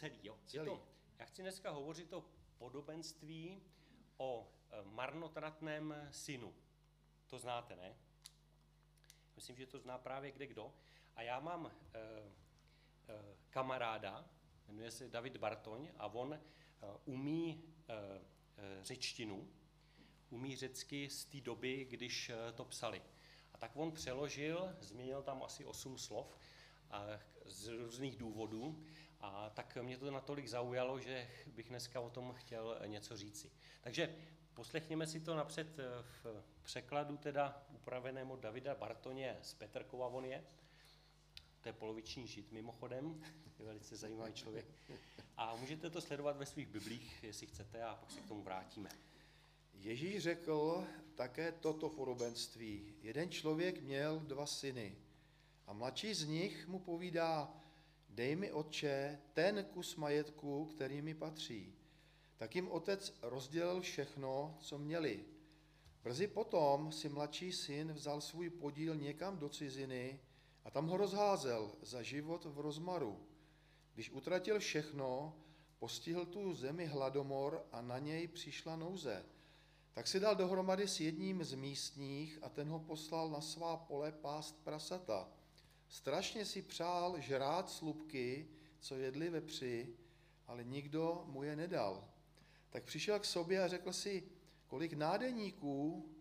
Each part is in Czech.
celý, jo. Celý. Já chci dneska hovořit o podobenství o marnotratném synu. To znáte, ne? Myslím, že to zná právě kdekdo. A já mám kamaráda, jmenuje se David Bartoň a on umí řečtinu, umí řecky z té doby, když to psali. A tak on přeložil, změnil tam asi 8 slov z různých důvodů a tak mě to natolik zaujalo, že bych dneska o tom chtěl něco říci. Takže poslechněme si to napřed v překladu teda upraveném od Davida Bartoně z Petrkova, on je. To je poloviční Žid mimochodem, je velice zajímavý člověk. A můžete to sledovat ve svých biblích, jestli chcete, a pak se k tomu vrátíme. Ježíš řekl také toto podobenství. Jeden člověk měl 2 syny a mladší z nich mu povídá: dej mi, otče, ten kus majetku, který mi patří. Tak jim otec rozdělil všechno, co měli. Brzy potom si mladší syn vzal svůj podíl někam do ciziny a tam ho rozházel za život v rozmaru. Když utratil všechno, postihl tu zemi hladomor a na něj přišla nouze. Tak si dal dohromady s jedním z místních a ten ho poslal na svá pole pást prasata. Strašně si přál žrát slupky, co jedli vepři, ale nikdo mu je nedal. Tak přišel k sobě a řekl si: kolik nádeníků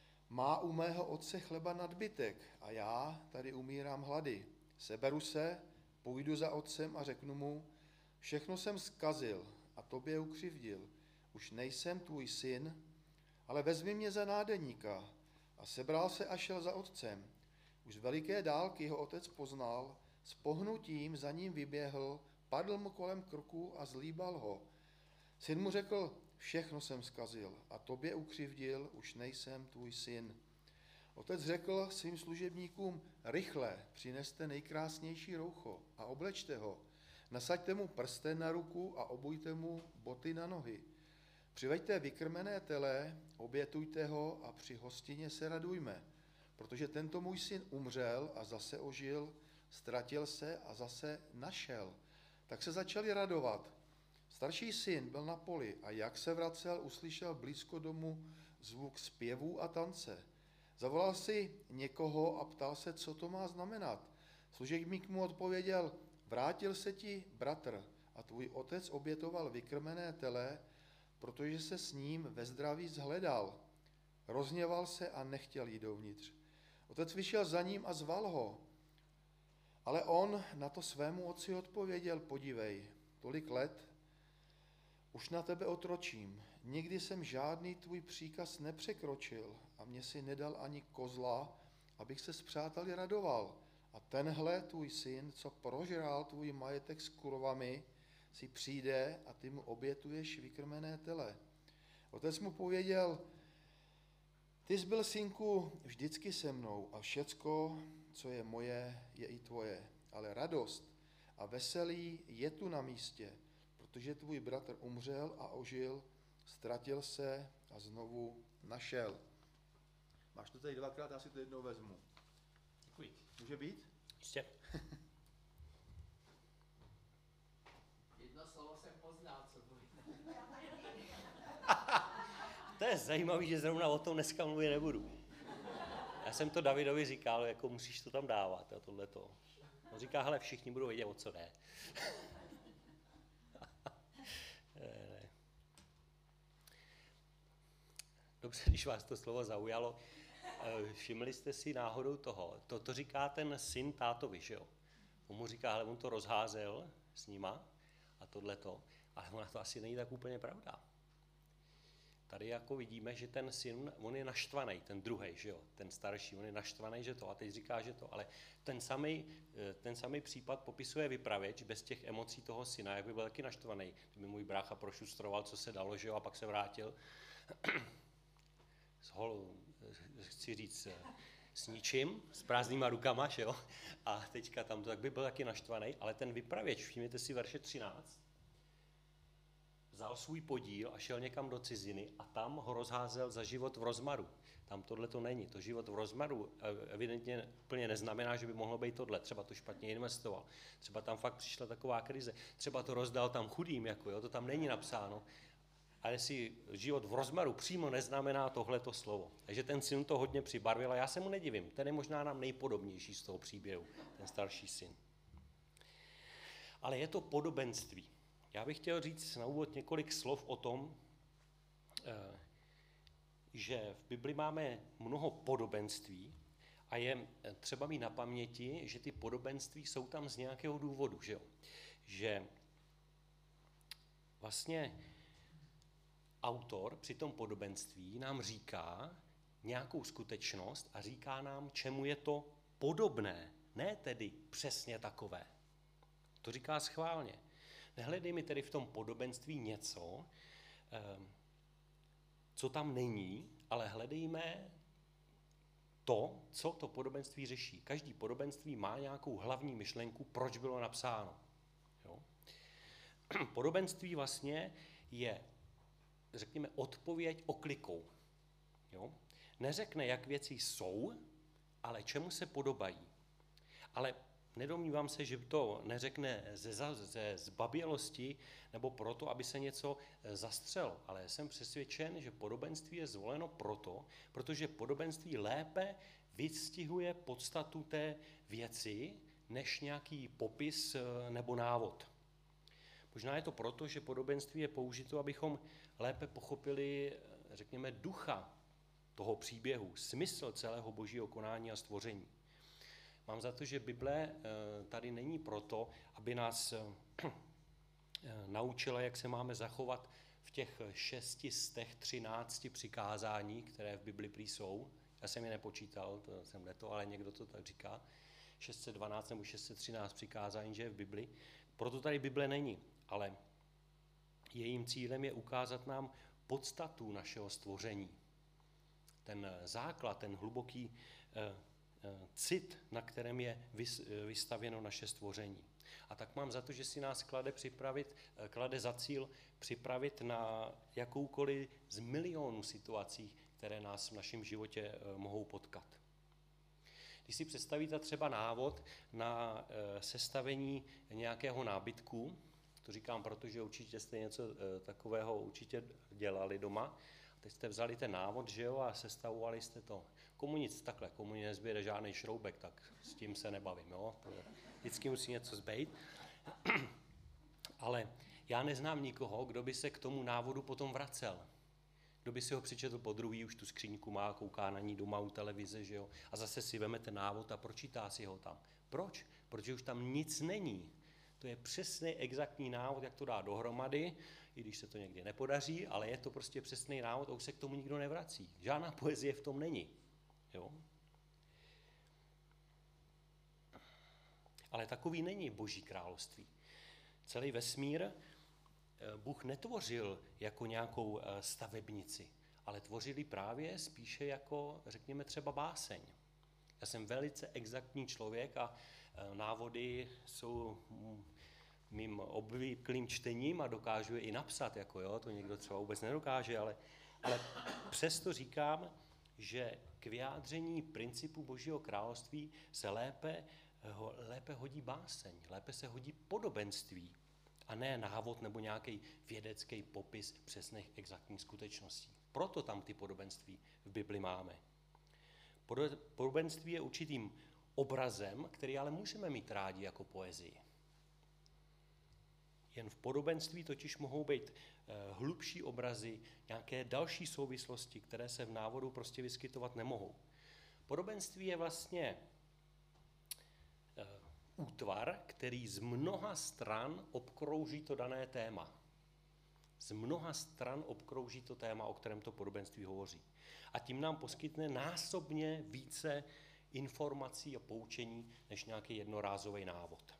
má u mého otce chleba nadbytek a já tady umírám hlady. Seberu se, půjdu za otcem a řeknu mu: všechno jsem zkazil a tobě ukřivdil. Už nejsem tvůj syn, ale vezmi mě za nádeníka. A sebral se a šel za otcem. Už z veliké dálky ho otec poznal, s pohnutím za ním vyběhl, padl mu kolem krku a zlíbal ho. Syn mu řekl: všechno jsem zkazil a tobě ukřivdil, už nejsem tvůj syn. Otec řekl svým služebníkům: rychle přineste nejkrásnější roucho a oblečte ho. Nasaďte mu prsten na ruku a obujte mu boty na nohy. Přiveďte vykrmené tele, obětujte ho a při hostině se radujme, protože tento můj syn umřel a zase ožil, ztratil se a zase našel. Tak se začali radovat. Starší syn byl na poli a jak se vracel, uslyšel blízko domu zvuk zpěvů a tance. Zavolal si někoho a ptal se, co to má znamenat. Služebník mu odpověděl: vrátil se ti bratr a tvůj otec obětoval vykrmené tele, protože se s ním ve zdraví zhledal. Rozhněval se a nechtěl jít dovnitř. Otec vyšel za ním a zval ho. Ale on na to svému otci odpověděl: podívej, tolik let už na tebe otročím. Nikdy jsem žádný tvůj příkaz nepřekročil a mě si nedal ani kozla, abych se s přáteli radoval. A tenhle tvůj syn, co prožral tvůj majetek s kurvami, si přijde a ty mu obětuješ vykrmené tele. Otec mu pověděl: ty jsi byl, synku, vždycky se mnou a všecko, co je moje, je i tvoje. Ale radost a veselí je tu na místě, protože tvůj bratr umřel a ožil, ztratil se a znovu našel. Máš to tady 2krát, já si to jednou vezmu. Děkuji. Může být? Jistě. Jedno slovo jsem poznal, co bude. To je zajímavý, že zrovna o tom dneska mluvit nebudu. Já jsem to Davidovi říkal, jako musíš to tam dávat a tohleto. On říká: hele, všichni budou vědět, o co jde. Ne. Dobře, když vás to slovo zaujalo, všimli jste si náhodou toho, to říká ten syn tátovi, že jo? On mu říká: hele, on to rozházel s nima a tohleto, ale ona to asi není tak úplně pravda. Tady jako vidíme, že ten syn, on je naštvaný, ten druhej, že jo, ten starší, on je naštvaný, že to, a teď říká, že to, ale ten samý případ popisuje vypravěč bez těch emocí toho syna, jak by byl taky naštvaný, kdyby můj brácha prošustroval, co se dalo, že jo, a pak se vrátil chci říct, s ničím, s prázdnýma rukama, že jo, a teďka tam to, tak by byl taky naštvaný, ale ten vypravěč, všimněte si verše 13, vzal svůj podíl a šel někam do ciziny a tam ho rozházel za život v rozmaru. Tam tohle to není. To život v rozmaru evidentně úplně neznamená, že by mohlo být tohle. Třeba to špatně investoval. Třeba tam fakt přišla taková krize. Třeba to rozdal tam chudým, jako jo, to tam není napsáno. Ale jestli život v rozmaru přímo neznamená tohleto slovo. Takže ten syn to hodně přibarvil a já se mu nedivím. Ten je možná nám nejpodobnější z toho příběhu, ten starší syn. Ale je to podobenství. Já bych chtěl říct na úvod několik slov o tom, že v Bibli máme mnoho podobenství a je třeba mít na paměti, že ty podobenství jsou tam z nějakého důvodu, že jo? Že vlastně autor při tom podobenství nám říká nějakou skutečnost a říká nám, čemu je to podobné, ne tedy přesně takové. To říká schválně. Nehledej mi tedy v tom podobenství něco, co tam není, ale hledejme to, co to podobenství řeší. Každý podobenství má nějakou hlavní myšlenku, proč bylo napsáno. Jo? Podobenství vlastně je, řekněme, odpověď oklikou. Jo? Neřekne, jak věci jsou, ale čemu se podobají. Ale nedomnívám se, že to neřekne ze zbabělosti nebo proto, aby se něco zastřelo. Ale jsem přesvědčen, že podobenství je zvoleno proto, protože podobenství lépe vystihuje podstatu té věci, než nějaký popis nebo návod. Možná je to proto, že podobenství je použito, abychom lépe pochopili, řekněme, ducha toho příběhu, smysl celého božího konání a stvoření. Mám za to, že Bible tady není proto, aby nás naučila, jak se máme zachovat v těch 613 přikázání, které v Bibli prý jsou. Já jsem je nepočítal, to jsem neto, ale někdo to tak říká. 612 nebo 613 přikázání, že je v Bibli. Proto tady Bible není, ale jejím cílem je ukázat nám podstatu našeho stvoření. Ten základ, ten hluboký cit, na kterém je vystavěno naše stvoření. A tak mám za to, že si nás klade za cíl připravit na jakoukoliv z milionů situací, které nás v našem životě mohou potkat. Když si představíte třeba návod na sestavení nějakého nábytku, to říkám, protože určitě jste něco takového určitě dělali doma, teď jste vzali ten návod, že jo, a sestavovali jste to. Komu nezběre žádný šroubek, tak s tím se nebavím, jo. Vždycky musí něco zbejt. Ale já neznám nikoho, kdo by se k tomu návodu potom vracel. Kdo by si ho přečetl po druhý, už tu skříňku má, kouká na ní doma u televize, že jo, a zase si veme ten návod a pročítá si ho tam. Proč? Protože už tam nic není. To je přesný, exaktní návod, jak to dá dohromady, i když se to někdy nepodaří, ale je to prostě přesný návod a už se k tomu nikdo nevrací. Žádná poezie v tom není. Jo? Ale takový není Boží království. Celý vesmír Bůh netvořil jako nějakou stavebnici, ale tvořili právě spíše jako, řekněme, třeba báseň. Já jsem velice exaktní člověk a návody jsou mým obvyklým čtením a dokážu je i napsat, jako jo, to někdo třeba vůbec nedokáže, ale přesto říkám, že k vyjádření principu Božího království se lépe hodí báseň, lépe se hodí podobenství a ne návod nebo nějaký vědecký popis přesných exaktních skutečností. Proto tam ty podobenství v Bibli máme. Podobenství je určitým obrazem, který ale můžeme mít rádi jako poezii. Jen v podobenství totiž mohou být hlubší obrazy, nějaké další souvislosti, které se v návodu prostě vyskytovat nemohou. Podobenství je vlastně útvar, který z mnoha stran obkrouží to dané téma. Z mnoha stran obkrouží to téma, o kterém to podobenství hovoří. A tím nám poskytne násobně více informací a poučení, než nějaký jednorázový návod.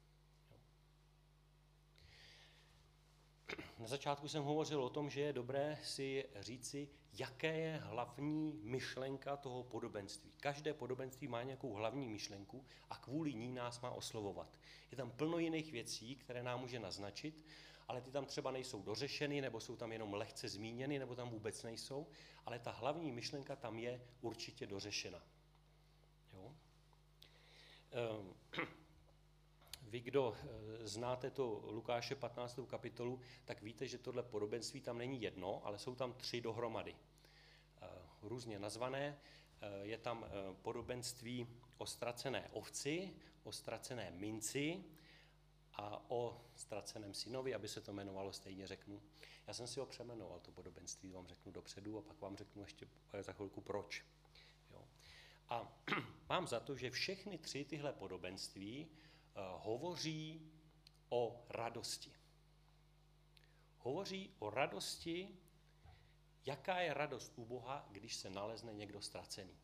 Na začátku jsem hovořil o tom, že je dobré si říci, jaké je hlavní myšlenka toho podobenství. Každé podobenství má nějakou hlavní myšlenku a kvůli ní nás má oslovovat. Je tam plno jiných věcí, které nám může naznačit, ale ty tam třeba nejsou dořešeny, nebo jsou tam jenom lehce zmíněny, nebo tam vůbec nejsou, ale ta hlavní myšlenka tam je určitě dořešena. Jo? Vy, kdo znáte to Lukáše 15. kapitolu, tak víte, že tohle podobenství tam není jedno, ale jsou tam 3 dohromady. Různě nazvané. Je tam podobenství o ztracené ovci, o ztracené minci a o ztraceném synovi, aby se to jmenovalo stejně, řeknu. Já jsem si ho přemenoval, to podobenství, vám řeknu dopředu a pak vám řeknu ještě za chvilku proč. Jo. A mám za to, že všechny 3 tyhle podobenství hovoří o radosti. Hovoří o radosti, jaká je radost u Boha, když se nalezne někdo ztracený.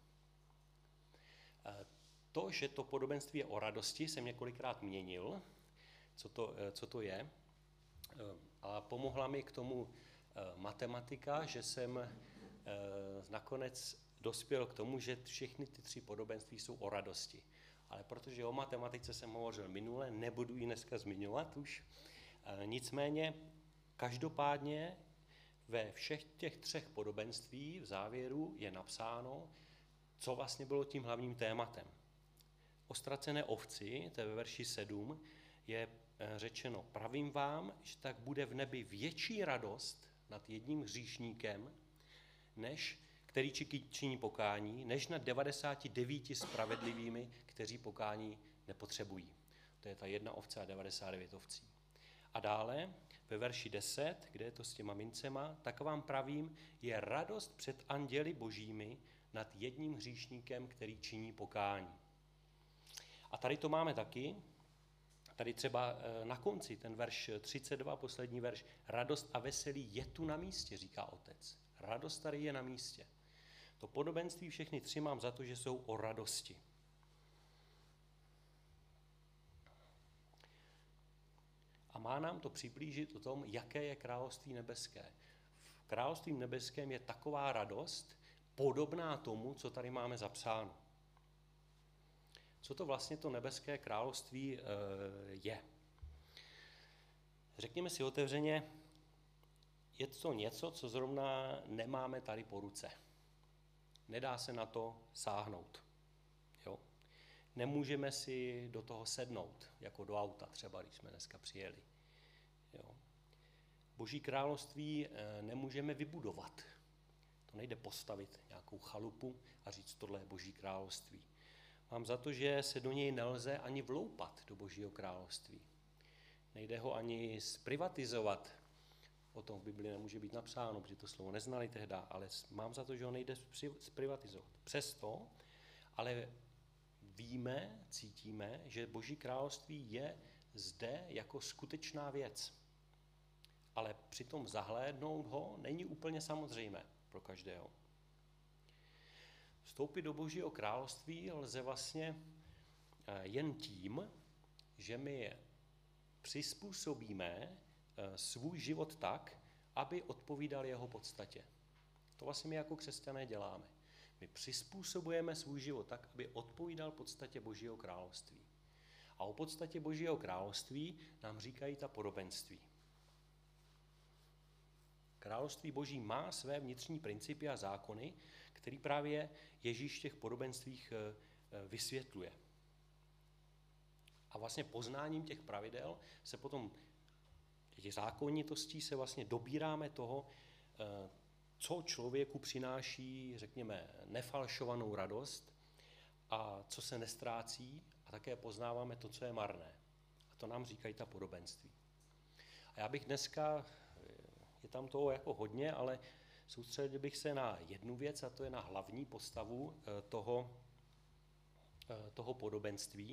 To, že to podobenství je o radosti, jsem několikrát měnil, co to je. A pomohla mi k tomu matematika, že jsem nakonec dospěl k tomu, že všechny ty 3 podobenství jsou o radosti. Ale protože o matematice jsem hovořil minule, nebudu ji dneska zmiňovat už. Nicméně, každopádně ve všech těch 3 podobenství v závěru je napsáno, co vlastně bylo tím hlavním tématem. O ztracené ovci, to je ve verši 7, je řečeno, pravím vám, že tak bude v nebi větší radost nad jedním hříšníkem, který činí pokání, než nad 99 spravedlivými, kteří pokání nepotřebují. To je ta 1 ovce a 99 ovcí. A dále ve verši 10, kde je to s těma mincema, tak vám pravím, je radost před anděli božími nad jedním hříšníkem, který činí pokání. A tady to máme taky, tady třeba na konci, ten verš 32, poslední verš, radost a veselí je tu na místě, říká otec. Radost tady je na místě. To podobenství všechny 3 mám za to, že jsou o radosti. A má nám to přiblížit o tom, jaké je království nebeské. V království nebeském je taková radost, podobná tomu, co tady máme zapsáno. Co to vlastně to nebeské království je? Řekněme si otevřeně, je to něco, co zrovna nemáme tady po ruce. Nedá se na to sáhnout. Jo? Nemůžeme si do toho sednout, jako do auta třeba, když jsme dneska přijeli. Jo? Boží království nemůžeme vybudovat. To nejde postavit nějakou chalupu a říct, tohle je Boží království. Mám za to, že se do něj nelze ani vloupat do Božího království. Nejde ho ani zprivatizovat. O tom v Bibli nemůže být napsáno, protože to slovo neznali tehdy, ale mám za to, že ho nejde zprivatizovat. Přesto, ale víme, cítíme, že Boží království je zde jako skutečná věc. Ale přitom zahlédnout ho není úplně samozřejmé pro každého. Vstoupit do Božího království lze vlastně jen tím, že my přizpůsobíme svůj život tak, aby odpovídal jeho podstatě. To vlastně my jako křesťané děláme. My přizpůsobujeme svůj život tak, aby odpovídal podstatě Božího království. A o podstatě Božího království nám říkají ta podobenství. Království Boží má své vnitřní principy a zákony, který právě Ježíš v těch podobenstvích vysvětluje. A vlastně poznáním těch pravidel se potom, těch zákonitostí se vlastně dobíráme toho, co člověku přináší, řekněme, nefalšovanou radost a co se nestrácí a také poznáváme to, co je marné. A to nám říkají ta podobenství. A já bych dneska, je tam toho jako hodně, ale soustředil bych se na jednu věc a to je na hlavní postavu toho podobenství.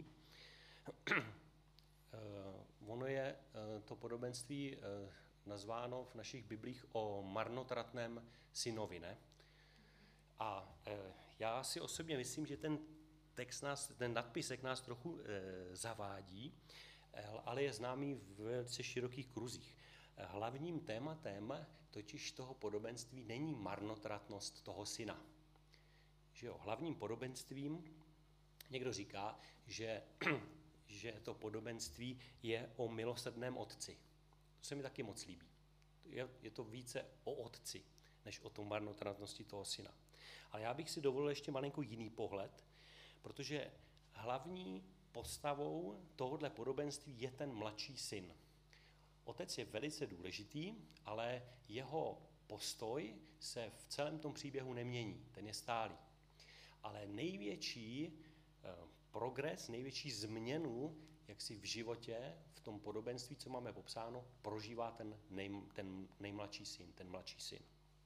Ono je to podobenství nazváno v našich biblích o marnotratném synovi, ne? A já si osobně myslím, že ten nadpisek nás trochu zavádí, ale je známý v velice širokých kruzích. Hlavním tématem totiž toho podobenství není marnotratnost toho syna. Že jo, hlavním podobenstvím, někdo říká, že to podobenství je o milosrdném otci. se mi taky moc líbí. Je to více o otci, než o tom marnotratnosti toho syna. Ale já bych si dovolil ještě malinko jiný pohled, protože hlavní postavou tohohle podobenství je ten mladší syn. Otec je velice důležitý, ale jeho postoj se v celém tom příběhu nemění, ten je stálý. Ale největší progres, největší změnu, jak si v životě, v tom podobenství, co máme popsáno, prožívá ten nejmladší syn, ten mladší syn.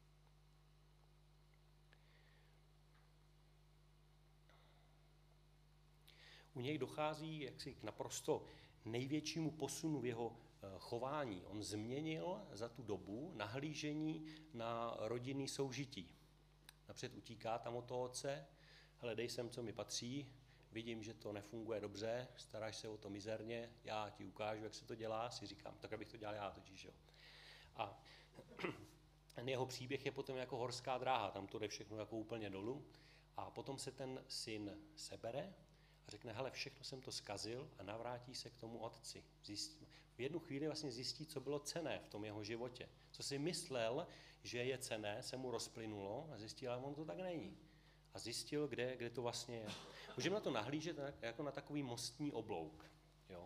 U něj dochází jaksi k naprosto největšímu posunu v jeho chování. On změnil za tu dobu nahlížení na rodinný soužití. Napřed utíká tam od toho otce, hele, dej sem, co mi patří, vidím, že to nefunguje dobře, staráš se o to mizerně, já ti ukážu, jak se to dělá, si říkám, tak abych to dělal já totiž, jo. A ten jeho příběh je potom jako horská dráha, tam to jde všechno jako úplně dolů a potom se ten syn sebere a řekne, hele, všechno jsem to zkazil a navrátí se k tomu otci. V jednu chvíli vlastně zjistí, co bylo cenné v tom jeho životě. Co si myslel, že je cenné, se mu rozplynulo a zjistil, ale on to tak není. A zjistil, kde to vlastně je. Můžeme na to nahlížet jako na takový mostní oblouk. Jo?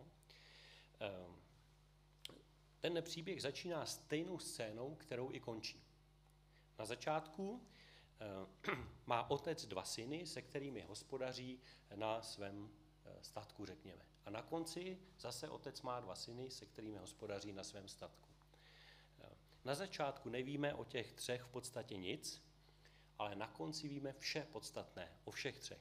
Ten příběh začíná stejnou scénou, kterou i končí. Na začátku má otec 2 syny, se kterými hospodaří na svém statku, řekněme. A na konci zase otec má 2 syny, se kterými hospodaří na svém statku. Na začátku nevíme o těch 3 v podstatě nic, ale na konci víme vše podstatné o všech 3.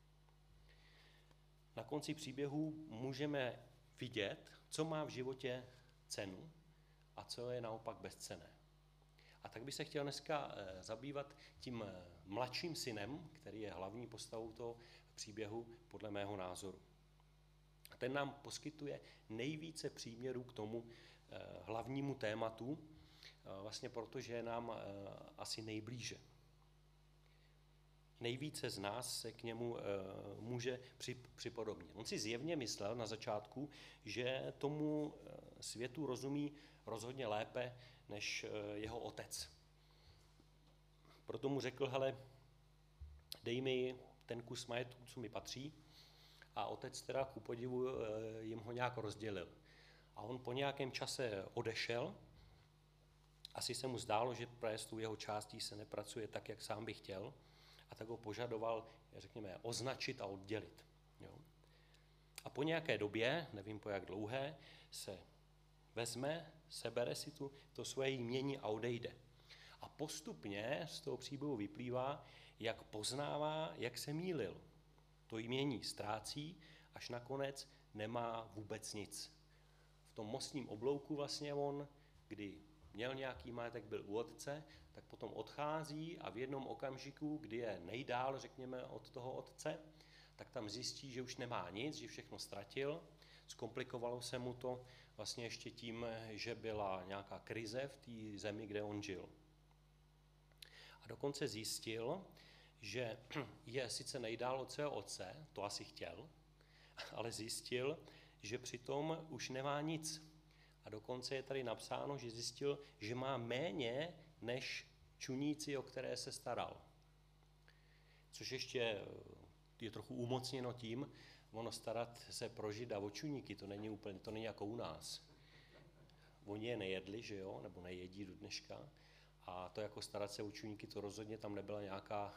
Na konci příběhu můžeme vidět, co má v životě cenu a co je naopak bezcenné. A tak bych se chtěl dneska zabývat tím mladším synem, který je hlavní postavou toho příběhu podle mého názoru. A ten nám poskytuje nejvíce příměrů k tomu hlavnímu tématu, vlastně protože je nám asi nejblíže. Nejvíce z nás se k němu může připodobnit. On si zjevně myslel na začátku, že tomu světu rozumí rozhodně lépe než jeho otec. Proto mu řekl, hele, dej mi ten kus majetku, co mi patří, a otec teda ku podivu jim ho nějak rozdělil. A on po nějakém čase odešel, asi se mu zdálo, že právě s tou jeho částí se nepracuje tak, jak sám by chtěl, a tak ho požadoval, řekněme, označit a oddělit. Jo? A po nějaké době, nevím po jak dlouhé, se vezme, sebere si to svoje jmění a odejde. A postupně z toho příběhu vyplývá, jak poznává, jak se mýlil. To jmění ztrácí, až nakonec nemá vůbec nic. V tom mostním oblouku vlastně on, kdy měl nějaký majetek, byl u otce, tak potom odchází a v jednom okamžiku, kdy je nejdál, řekněme, od toho otce, tak tam zjistí, že už nemá nic, že všechno ztratil. Zkomplikovalo se mu to vlastně ještě tím, že byla nějaká krize v té zemi, kde on žil. A dokonce zjistil, že je sice nejdál od svého otce, to asi chtěl, ale zjistil, že přitom už nemá nic. A dokonce je tady napsáno, že zjistil, že má méně než čuníci, o které se staral. Což ještě je trochu umocněno tím, ono starat se pro Žida o čuníky, to není jako u nás. Oni je nejedli, že jo, nebo nejedí do dneška. A to jako starat se o čuníky, to rozhodně tam nebyla nějaká,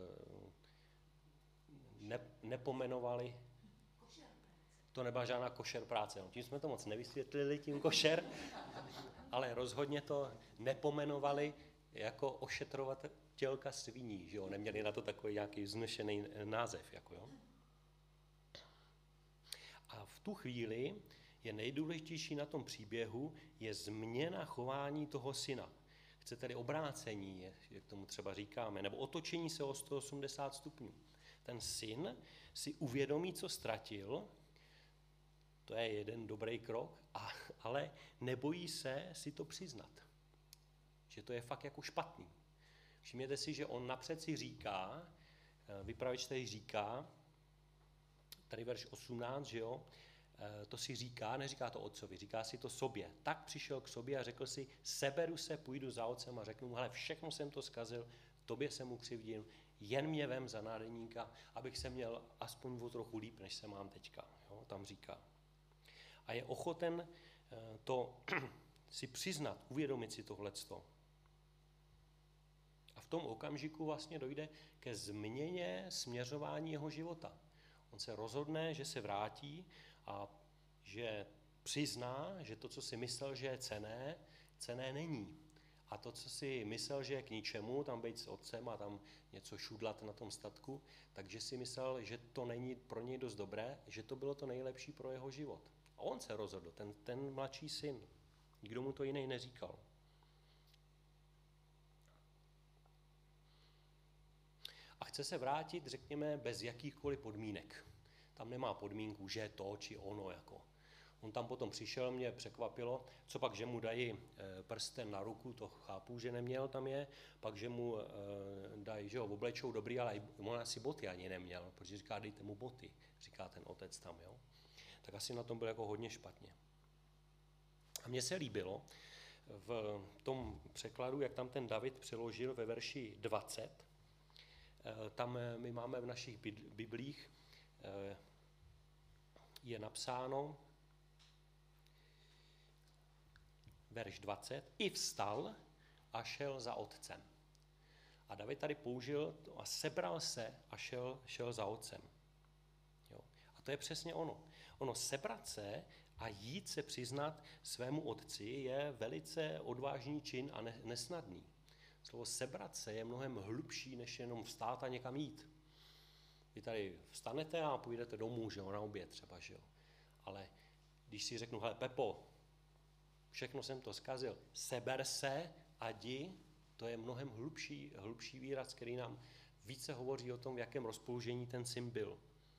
nepomenovali, to nebyla žádná košer práce. No, tím jsme to moc nevysvětlili, tím košer, ale rozhodně to nepomenovali jako ošetrovatelka sviní, že jo, neměli na to takový nějaký vznešený název, jako jo. A v tu chvíli je nejdůležitější na tom příběhu je změna chování toho syna. Chcete-li obrácení, jak tomu třeba říkáme, nebo otočení se o 180 stupňů. Ten syn si uvědomí, co ztratil, to je jeden dobrý krok, ale nebojí se si to přiznat, že to je fakt jako špatný. Všimněte si, že on napřed si říká, vypravěč tady říká, tady verš 18, že jo, to si říká, neříká to otcovi, říká si to sobě. Tak přišel k sobě a řekl si, seberu se, půjdu za otcem a řeknu mu, hele, všechno jsem to zkazil, tobě jsem ukřivdil, jen mě vem za nádeníka, abych se měl aspoň o trochu líp, než se mám teďka, jo, tam říká. A je ochoten to si přiznat, uvědomit si tohleto. A v tom okamžiku vlastně dojde ke změně směřování jeho života. On se rozhodne, že se vrátí a že přizná, že to, co si myslel, že je cenné, cenné není. A to, co si myslel, že je k ničemu, tam být s otcem a tam něco šudlat na tom statku, takže si myslel, že to není pro něj dost dobré, že to bylo to nejlepší pro jeho život. A on se rozhodl, ten mladší syn. Nikdo mu to jiný neříkal. A chce se vrátit, řekněme, bez jakýchkoliv podmínek. Tam nemá podmínku, že to či ono. Jako. On tam potom přišel, mě překvapilo, co pak, že mu dají prsten na ruku, to chápu, že neměl, tam je, pak, že mu dají, že ho oblečou dobrý, ale on asi boty ani neměl, protože říká, dejte mu boty, říká ten otec tam, jo. Tak asi na tom byl jako hodně špatně. A mně se líbilo v tom překladu, jak tam ten David přeložil ve verši 20, tam my máme v našich biblích, je napsáno, verš 20, i vstal a šel za otcem. A David tady použil to a sebral se a šel za otcem. Jo. A to je přesně ono. Ono sebrat se a jít se přiznat svému otci je velice odvážný čin a nesnadný. Slovo sebrat se je mnohem hlubší, než jenom vstát a někam jít. Vy tady vstanete a půjdete domů, že jo, na oběd třeba, že jo. Ale když si řeknu, hele Pepo, všechno jsem to zkazil, seber se a jdi, to je mnohem hlubší výraz, který nám více hovoří o tom, v jakém rozpoložení ten syn byl.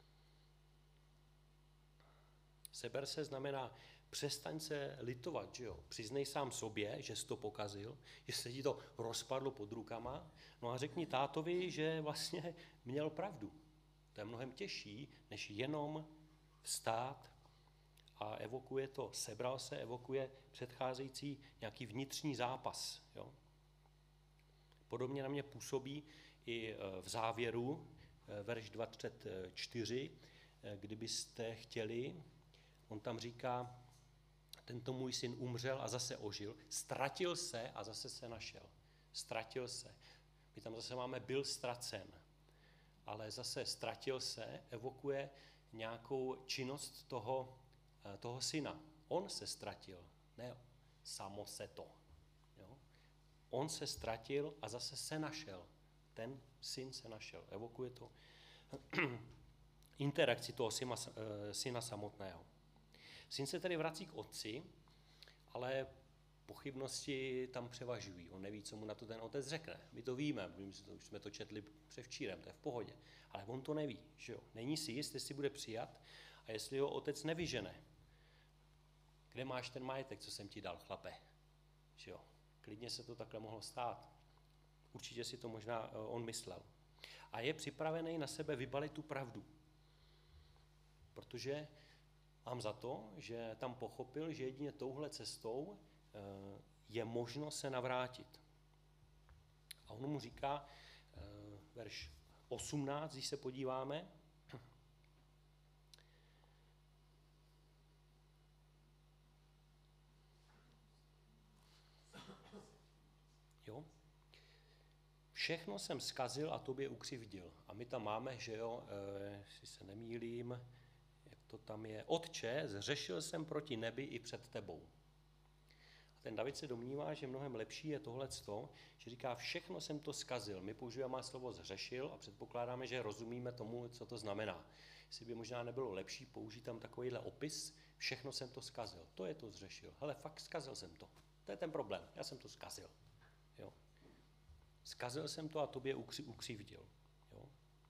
Seber se znamená, přestaň se litovat, že jo? Přiznej sám sobě, že jsi to pokazil, že se ti to rozpadlo pod rukama, no a řekni tátovi, že vlastně měl pravdu. To je mnohem těžší, než jenom vstát a evokuje to, sebral se, evokuje předcházející nějaký vnitřní zápas. Jo? Podobně na mě působí i v závěru, verš 24, kdybyste chtěli, on tam říká, tento můj syn umřel a zase ožil, ztratil se a zase se našel. Ztratil se. My tam zase máme byl ztracen, ale zase ztratil se, evokuje nějakou činnost toho syna. On se ztratil, ne samo se to. Jo? On se ztratil a zase se našel. Ten syn se našel. Evokuje to interakci toho syna samotného. Syn se tedy vrací k otci, ale pochybnosti tam převažují. On neví, co mu na to ten otec řekne. My to víme, už jsme to četli převčírem, to je v pohodě. Ale on to neví, že jo. Není si jist, jestli bude přijat a jestli ho otec nevyžene. Kde máš ten majetek, co jsem ti dal, chlape? Že jo. Klidně se to takhle mohlo stát. Určitě si to možná on myslel. A je připravený na sebe vybalit tu pravdu. Protože mám za to, že tam pochopil, že jedině touhle cestou je možno se navrátit. A on mu říká, verš 18, když se podíváme, jo, všechno jsem zkazil a tobě ukřivdil. A my tam máme, že jo, jestli se nemýlím, to tam je, Otče, zřešil jsem proti nebi i před tebou. A ten David se domnívá, že mnohem lepší je tohleto, že říká, všechno jsem to zkazil. My používáme slovo zřešil a předpokládáme, že rozumíme tomu, co to znamená. Jestli by možná nebylo lepší použít tam takovýhle opis, všechno jsem to zkazil. To je to zřešil. Hele, fakt zkazil jsem to. To je ten problém. Já jsem to zkazil. Jo. Zkazil jsem to a tobě ukřivdil. Jo.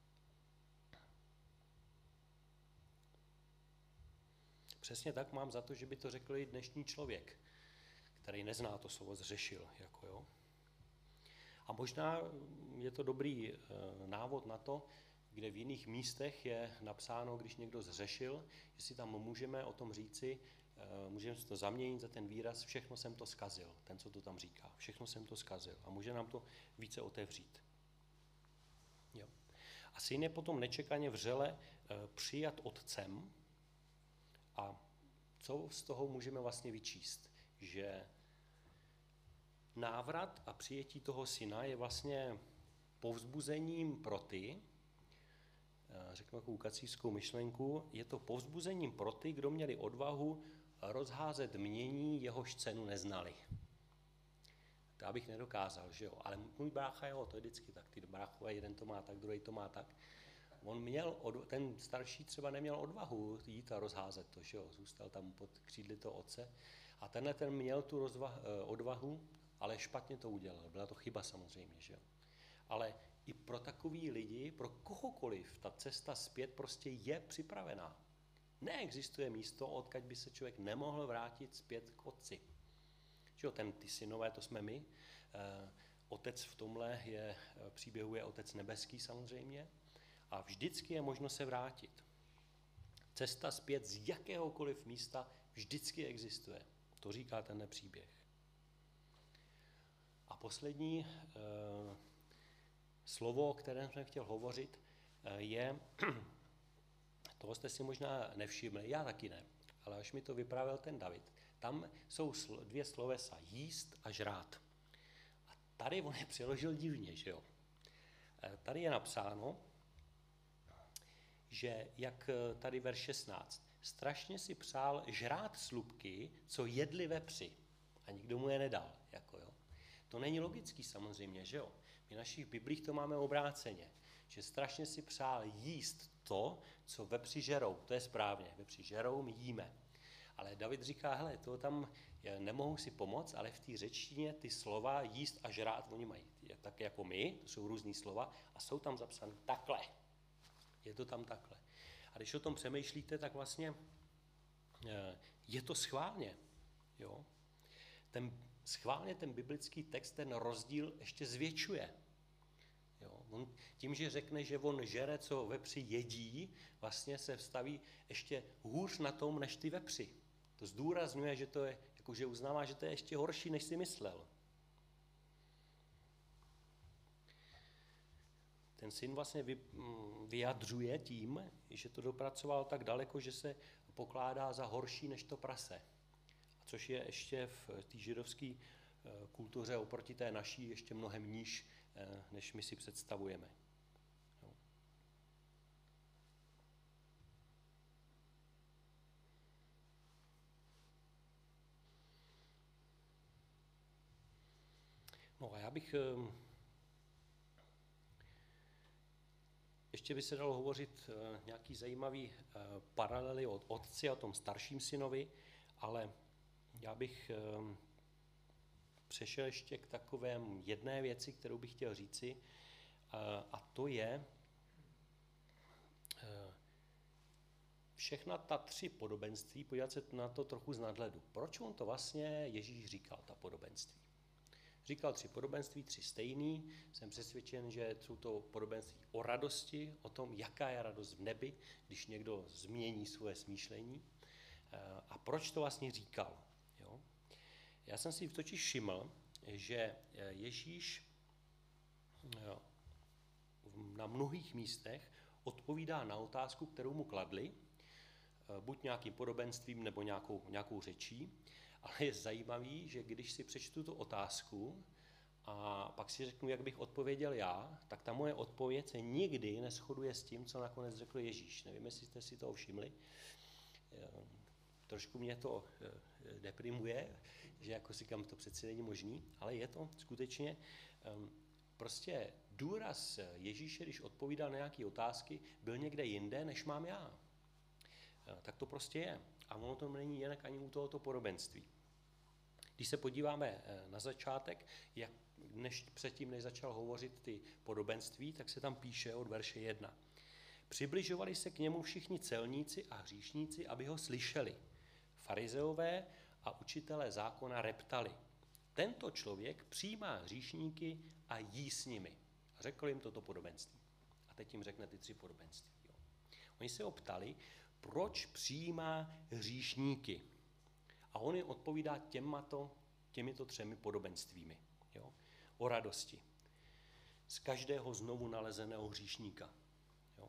Přesně tak mám za to, že by to řekl i dnešní člověk, který nezná to slovo zřešil. Jako jo. A možná je to dobrý návod na to, kde v jiných místech je napsáno, když někdo zřešil, jestli tam můžeme o tom říci, můžeme si to zaměnit za ten výraz, všechno jsem to zkazil, ten, co to tam říká, všechno jsem to zkazil a může nám to více otevřít. Jo. A syn je potom nečekaně vřele přijat otcem a co z toho můžeme vlastně vyčíst? Že návrat a přijetí toho syna je vlastně povzbuzením pro ty, řeknu takovou kacířskou myšlenku, je to povzbuzením pro ty, kdo měli odvahu rozházet mění, jehož cenu neznali. To já bych nedokázal, že jo, ale můj brácha, jo, to je vždycky tak, ty bráchové, jeden to má tak, druhý to má tak. On měl, ten starší třeba neměl odvahu jít a rozházet to, že jo, zůstal tam pod křídly toho otce a tenhle ten měl tu odvahu, ale špatně to udělal, byla to chyba samozřejmě, že jo. Ale i pro takový lidi, pro kohokoliv, ta cesta zpět prostě je připravená. Neexistuje místo, odkud by se člověk nemohl vrátit zpět k otci. Že jo, ty synové, to jsme my. Otec v tomhle příběhu je Otec nebeský samozřejmě. A vždycky je možno se vrátit. Cesta zpět z jakéhokoliv místa vždycky existuje. To říká tenhle příběh. A poslední slovo, o kterém jsem chtěl hovořit, je, toho jste si možná nevšimli, já taky ne, ale až mi to vyprávěl ten David, tam jsou dvě slovesa, jíst a žrát. A tady on je přeložil divně, že jo. Tady je napsáno, že jak tady verš 16, strašně si přál žrát slupky, co jedli vepři a nikdo mu je nedal. Jako jo. To není logický samozřejmě, že jo. My v našich biblích to máme obráceně, že strašně si přál jíst to, co vepři žerou. To je správně, vepři žerou, my jíme. Ale David říká, hele, to tam nemohu si pomoct, ale v té řečtině ty slova jíst a žrát, oni mají tak jako my, to jsou různý slova, a jsou tam zapsané takhle. Je to tam takhle. A když o tom přemýšlíte, tak vlastně je to schválně. Jo? Schválně ten biblický text ten rozdíl ještě zvětšuje. Jo? On tím, že řekne, že on žere, co vepři jedí, vlastně se vstaví ještě hůř na tom, než ty vepři. To zdůrazňuje, že to je, jakože uznává, že to je ještě horší, než si myslel. Ten syn vlastně vyjadřuje tím, že to dopracoval tak daleko, že se pokládá za horší než to prase. Což je ještě v té židovské kultuře oproti té naší ještě mnohem níž, než my si představujeme. No a já bych... Ještě by se dalo hovořit nějaký zajímavý paralely od otci a o tom starším synovi, ale já bych přešel ještě k takovém jedné věci, kterou bych chtěl říci, a to je všechna ta tři podobenství, podívat se na to trochu z nadhledu. Proč on to vlastně Ježíš říkal, ta podobenství? Říkal 3 podobenství, 3 stejný. Jsem přesvědčen, že jsou to podobenství o radosti, o tom, jaká je radost v nebi, když někdo změní svoje smýšlení. A proč to vlastně říkal? Jo? Já jsem si totiž všiml, že Ježíš na mnohých místech odpovídá na otázku, kterou mu kladli, buď nějakým podobenstvím nebo nějakou řečí. Ale je zajímavý, že když si přečtu tu otázku a pak si řeknu, jak bych odpověděl já, tak ta moje odpověď se nikdy neshoduje s tím, co nakonec řekl Ježíš. Nevím, jestli jste si toho všimli. Trošku mě to deprimuje, že jako si říkám, to přeci není možný, ale je to skutečně prostě důraz Ježíše, když odpovídal na nějaké otázky, byl někde jinde, než mám já. Tak to prostě je. A ono to není jinak ani u tohoto podobenství. Když se podíváme na začátek, předtím, než začal hovořit ty podobenství, tak se tam píše od verše 1. Přibližovali se k němu všichni celníci a hříšníci, aby ho slyšeli. Farizeové a učitelé zákona reptali. Tento člověk přijímá hříšníky a jí s nimi. A řekl jim toto podobenství. A teď jim řekne ty 3 podobenství. Jo. Oni se ho ptali, proč přijímá hříšníky. A on jim odpovídá těmito 3 podobenstvími. Jo. O radosti. Z každého znovu nalezeného hříšníka. Jo.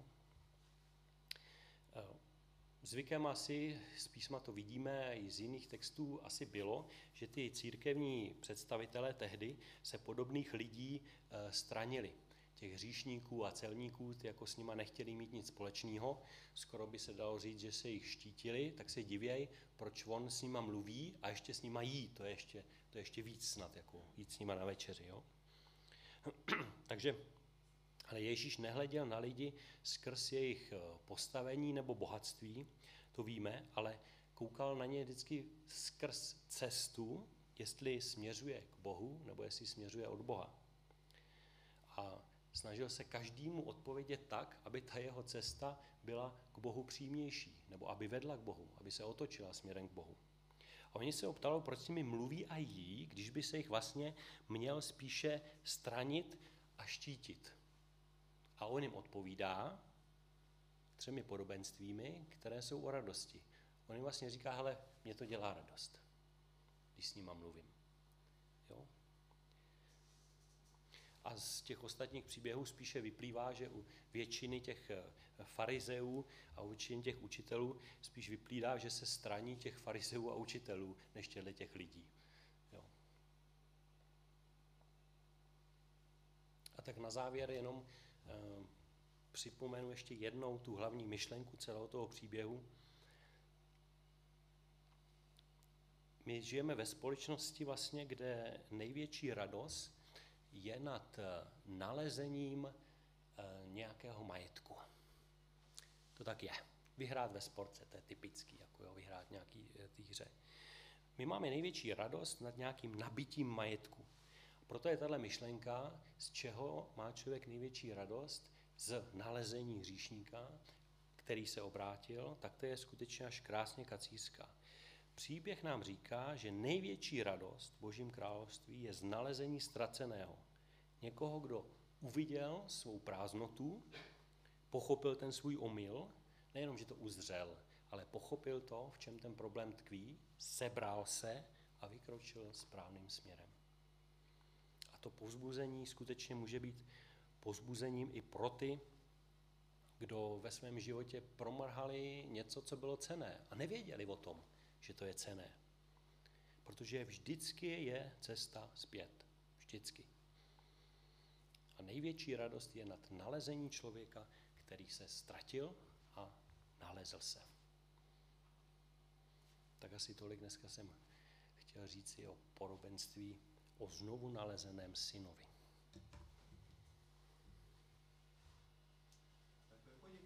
Zvykem asi, z písma to vidíme, i z jiných textů asi bylo, že ty církevní představitelé tehdy se podobných lidí stranili. Těch hříšníků a celníků, ty jako s nima nechtěli mít nic společného, skoro by se dalo říct, že se jich štítili, tak se divěj, proč on s nima mluví a ještě s nima jí, to je ještě víc snad, jako jít s nima na večeři. Jo? Takže, ale Ježíš nehleděl na lidi skrz jejich postavení nebo bohatství, to víme, ale koukal na ně vždycky skrz cestu, jestli směřuje k Bohu, nebo jestli směřuje od Boha. A snažil se každému odpovědět tak, aby ta jeho cesta byla k Bohu přímější, nebo aby vedla k Bohu, aby se otočila směrem k Bohu. A oni se ho ptali, proč s nimi mluví a jí, když by se jich vlastně měl spíše stranit a štítit. A on jim odpovídá 3 podobenstvími, které jsou o radosti. On jim vlastně říká, hele, mě to dělá radost, když s nima mluvím. Jo? A z těch ostatních příběhů spíše vyplývá, že u většiny těch farizeů a u většiny těch učitelů spíš vyplývá, že se straní těch farizeů a učitelů, než těch lidí. Jo. A tak na závěr jenom připomenu ještě jednou tu hlavní myšlenku celého toho příběhu. My žijeme ve společnosti vlastně, kde největší radost je nad nalezením nějakého majetku. To tak je. Vyhrát ve sportce, to je typický, jako jo, vyhrát nějaký té hře. My máme největší radost nad nějakým nabitím majetku. Proto je tahle myšlenka, z čeho má člověk největší radost, z nalezení hříšníka, který se obrátil, tak to je skutečně až krásně kacířská. Příběh nám říká, že největší radost v Božím království je z nalezení ztraceného. Někoho, kdo uviděl svou prázdnotu, pochopil ten svůj omyl, nejenom, že to uzřel, ale pochopil to, v čem ten problém tkví, sebral se a vykročil správným směrem. A to povzbuzení skutečně může být povzbuzením i pro ty, kdo ve svém životě promrhali něco, co bylo cenné a nevěděli o tom, že to je cenné. Protože vždycky je cesta zpět. Vždycky. A největší radost je nad nalezení člověka, který se ztratil a nalezl se. Tak asi tolik dneska jsem chtěl říct si o podobenství o znovu nalezeném synovi.